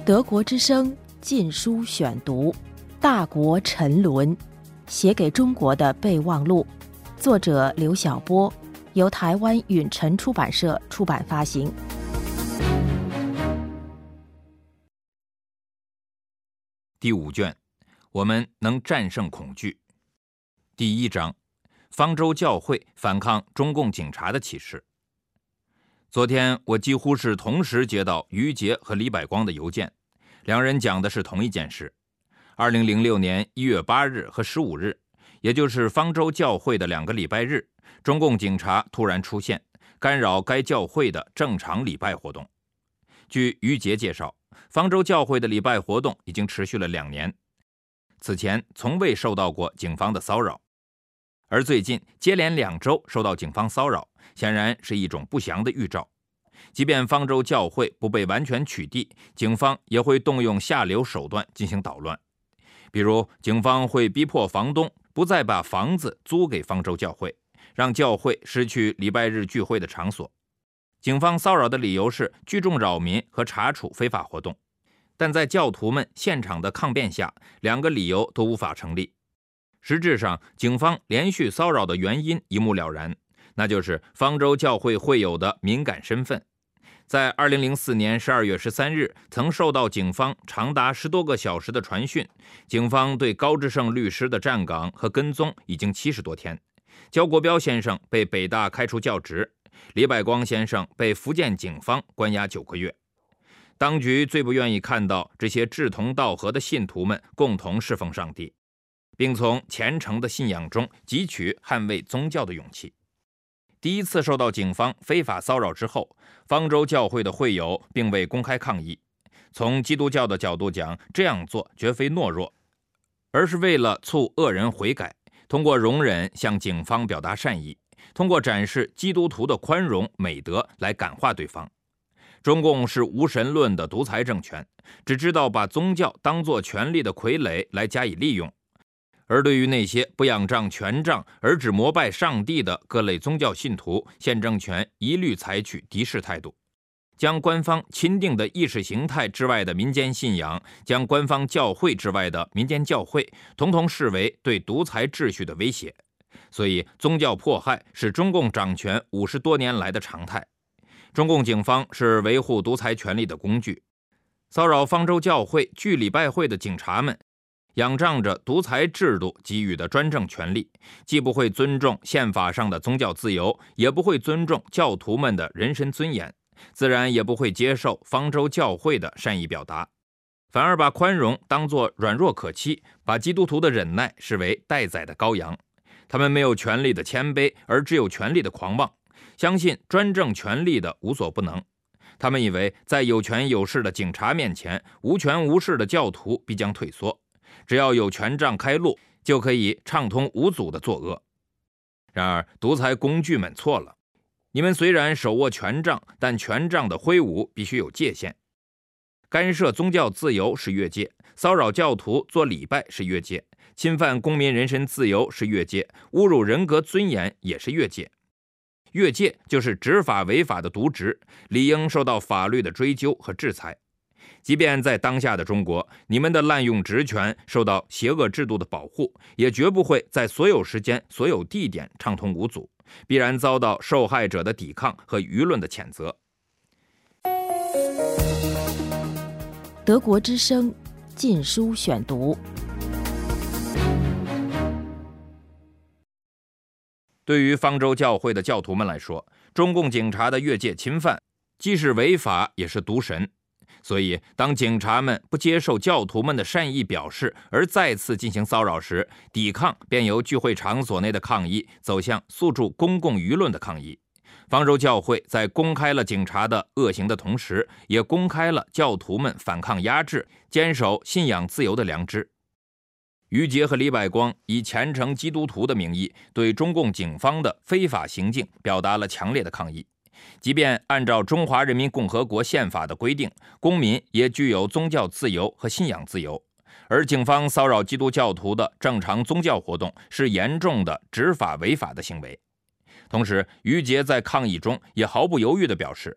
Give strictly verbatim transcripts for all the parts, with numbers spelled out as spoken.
德国之声禁书选读《大国沉沦》，写给中国的备忘录，作者刘晓波，由台湾允晨出版社出版发行。 第五卷，我们能战胜恐惧。第一章，方舟教会反抗中共警察的启示。昨天我几乎是同时接到于杰和李百光的邮件，两人讲的是同一件事。二零零六年一月八日和十五日，也就是方舟教会的两个礼拜日，中共警察突然出现，干扰该教会的正常礼拜活动。据于杰介绍，方舟教会的礼拜活动已经持续了两年，此前从未受到过警方的骚扰，而最近接连两周受到警方骚扰，显然是一种不祥的预兆。即便方舟教会不被完全取缔，警方也会动用下流手段进行捣乱。比如，警方会逼迫房东不再把房子租给方舟教会，让教会失去礼拜日聚会的场所。警方骚扰的理由是聚众扰民和查处非法活动，但在教徒们现场的抗辩下，两个理由都无法成立。实质上，警方连续骚扰的原因一目了然，那就是方舟教会会友的敏感身份。在二零零四年十二月十三日，曾受到警方长达十多个小时的传讯，警方对高志胜律师的站岗和跟踪已经七十多天。焦国标先生被北大开除教职，李百光先生被福建警方关押九个月。当局最不愿意看到这些志同道合的信徒们共同侍奉上帝，并从虔诚的信仰中汲取捍卫宗教的勇气。第一次受到警方非法骚扰之后，方舟教会的会友并未公开抗议。从基督教的角度讲，这样做绝非懦弱，而是为了促恶人悔改，通过容忍向警方表达善意，通过展示基督徒的宽容美德来感化对方。中共是无神论的独裁政权，只知道把宗教当作权力的傀儡来加以利用。而对于那些不仰仗权杖而只膜拜上帝的各类宗教信徒，现政权一律采取敌视态度，将官方钦定的意识形态之外的民间信仰，将官方教会之外的民间教会，统统视为对独裁秩序的威胁。所以宗教迫害是中共掌权五十多年来的常态。中共警方是维护独裁权力的工具，骚扰方舟教会聚礼拜会的警察们仰仗着独裁制度给予的专政权力，既不会尊重宪法上的宗教自由，也不会尊重教徒们的人身尊严，自然也不会接受方舟教会的善意表达，反而把宽容当作软弱可欺，把基督徒的忍耐视为待宰的羔羊。他们没有权力的谦卑，而只有权力的狂妄，相信专政权力的无所不能。他们以为在有权有势的警察面前，无权无势的教徒必将退缩，只要有权杖开路，就可以畅通无阻的作恶。然而独裁工具们错了，你们虽然手握权杖，但权杖的挥舞必须有界限。干涉宗教自由是越界，骚扰教徒做礼拜是越界，侵犯公民人身自由是越界，侮辱人格尊严也是越界。越界就是执法违法的渎职，理应受到法律的追究和制裁。即便在当下的中国，你们的滥用职权受到邪恶制度的保护，也绝不会在所有时间、所有地点畅通无阻，必然遭到受害者的抵抗和舆论的谴责。 德国之声禁书选读。 对于方舟教会的教徒们来说，中共警察的越界侵犯既是违法也是渎神。所以当警察们不接受教徒们的善意表示而再次进行骚扰时，抵抗便由聚会场所内的抗议走向诉诸公共舆论的抗议。方舟教会在公开了警察的恶行的同时，也公开了教徒们反抗压制、坚守信仰自由的良知。于杰和李百光以虔诚基督徒的名义，对中共警方的非法行径表达了强烈的抗议。即便按照中华人民共和国宪法的规定，公民也具有宗教自由和信仰自由，而警方骚扰基督教徒的正常宗教活动是严重的执法违法的行为。同时，于杰在抗议中也毫不犹豫地表示，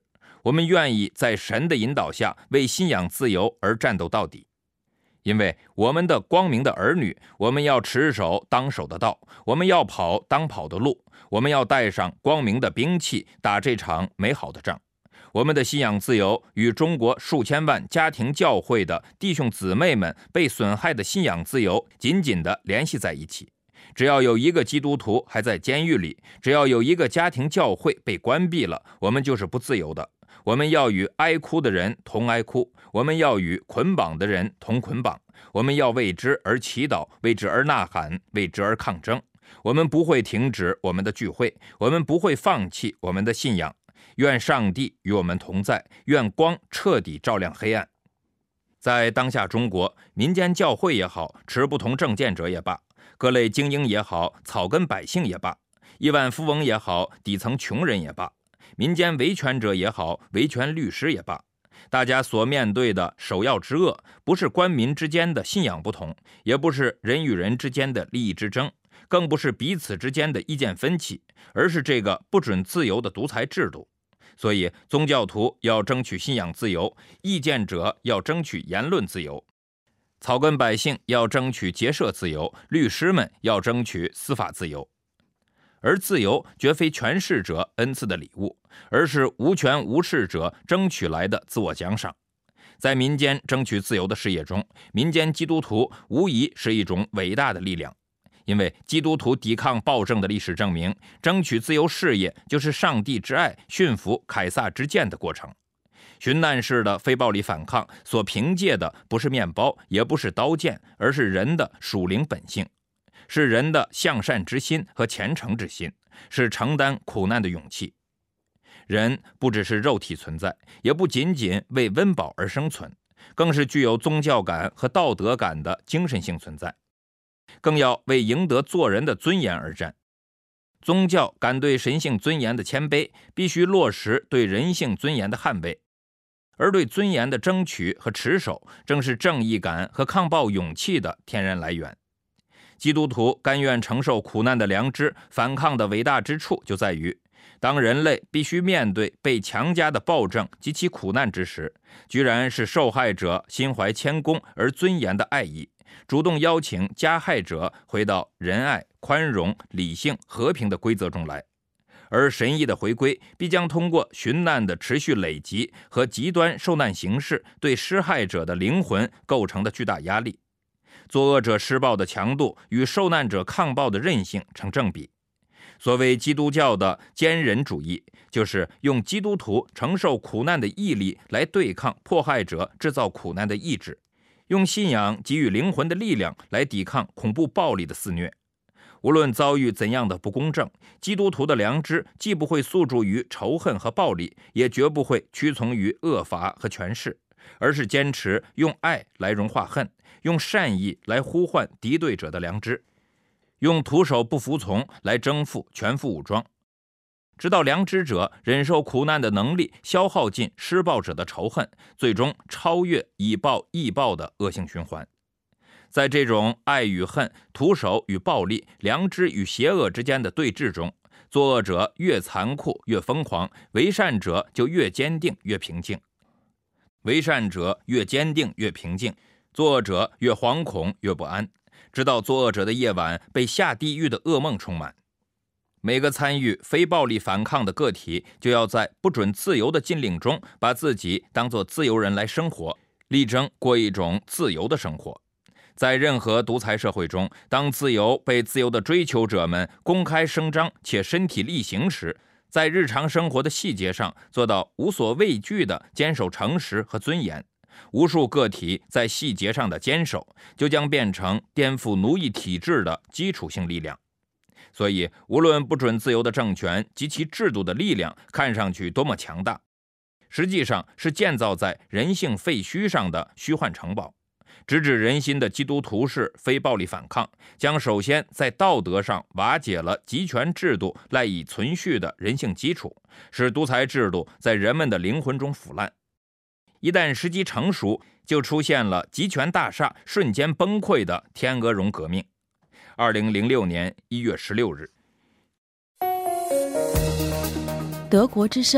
我们愿意在神的引导下为信仰自由而战斗到底。因为我们的光明的儿女，我们要持守当守的道，我们要跑当跑的路，我们要带上光明的兵器，打这场美好的仗。我们的信仰自由与中国数千万家庭教会的弟兄姊妹们被损害的信仰自由紧紧地联系在一起。只要有一个基督徒还在监狱里，只要有一个家庭教会被关闭了，我们就是不自由的。我们要与哀哭的人同哀哭，我们要与捆绑的人同捆绑，我们要为之而祈祷，为之而呐喊，为之而抗争。我们不会停止我们的聚会，我们不会放弃我们的信仰。愿上帝与我们同在，愿光彻底照亮黑暗。在当下中国，民间教会也好，持不同政见者也罢，各类精英也好，草根百姓也罢，亿万富翁也好，底层穷人也罢，民间维权者也好，维权律师也罢，大家所面对的首要之恶，不是官民之间的信仰不同，也不是人与人之间的利益之争，更不是彼此之间的意见分歧，而是这个不准自由的独裁制度。所以宗教徒要争取信仰自由，意见者要争取言论自由，草根百姓要争取结社自由，律师们要争取司法自由。而自由绝非权势者恩赐的礼物，而是无权无势者争取来的自我奖赏。在民间争取自由的事业中，民间基督徒无疑是一种伟大的力量。因为基督徒抵抗暴政的历史证明，争取自由事业就是上帝之爱驯服凯撒之剑的过程。殉难式的非暴力反抗所凭借的不是面包，也不是刀剑，而是人的属灵本性，是人的向善之心和虔诚之心，是承担苦难的勇气。人不只是肉体存在，也不仅仅为温饱而生存，更是具有宗教感和道德感的精神性存在，更要为赢得做人的尊严而战。宗教敢对神性尊严的谦卑，必须落实对人性尊严的捍卫，而对尊严的争取和持守，正是正义感和抗暴勇气的天然来源。基督徒甘愿承受苦难的良知，反抗的伟大之处就在于，当人类必须面对被强加的暴政及其苦难之时，居然是受害者心怀谦恭而尊严的爱意，主动邀请加害者回到仁爱、宽容、理性、和平的规则中来。而神意的回归必将通过寻难的持续累积和极端受难形式对施害者的灵魂构成的巨大压力。作恶者施暴的强度与受难者抗暴的韧性成正比。所谓基督教的坚忍主义，就是用基督徒承受苦难的毅力来对抗迫害者制造苦难的意志，用信仰给予灵魂的力量来抵抗恐怖暴力的肆虐。无论遭遇怎样的不公正，基督徒的良知既不会诉诸于仇恨和暴力，也绝不会屈从于恶法和权势，而是坚持用爱来融化恨，用善意来呼唤敌对者的良知，用徒手不服从来征服全副武装，直到良知者忍受苦难的能力消耗尽施暴者的仇恨，最终超越以暴易暴的恶性循环。在这种爱与恨、徒手与暴力、良知与邪恶之间的对峙中，作恶者越残酷越疯狂，为善者就越坚定越平静。为善者越坚定越平静，作恶者越惶恐越不安，直到作恶者的夜晚被下地狱的噩梦充满。每个参与非暴力反抗的个体，就要在不准自由的禁令中，把自己当作自由人来生活，力争过一种自由的生活。在任何独裁社会中，当自由被自由的追求者们公开声张且身体力行时，在日常生活的细节上做到无所畏惧地坚守诚实和尊严，无数个体在细节上的坚守，就将变成颠覆奴役体制的基础性力量。所以，无论不准自由的政权及其制度的力量看上去多么强大，实际上是建造在人性废墟上的虚幻城堡。直指人心的基督徒式非暴力反抗，将首先在道德上瓦解了集权制度赖以存续的人性基础，使独裁制度在人们的灵魂中腐烂。一旦时机成熟，就出现了集权大厦瞬间崩溃的天鹅绒革命。二零零六年一月十六日， 德国之声，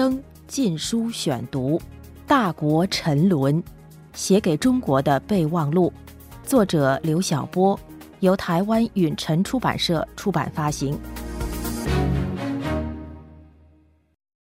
禁书选读《大国沉沦：写给中国的备忘录》，作者刘晓波，由台湾允晨出版社出版发行。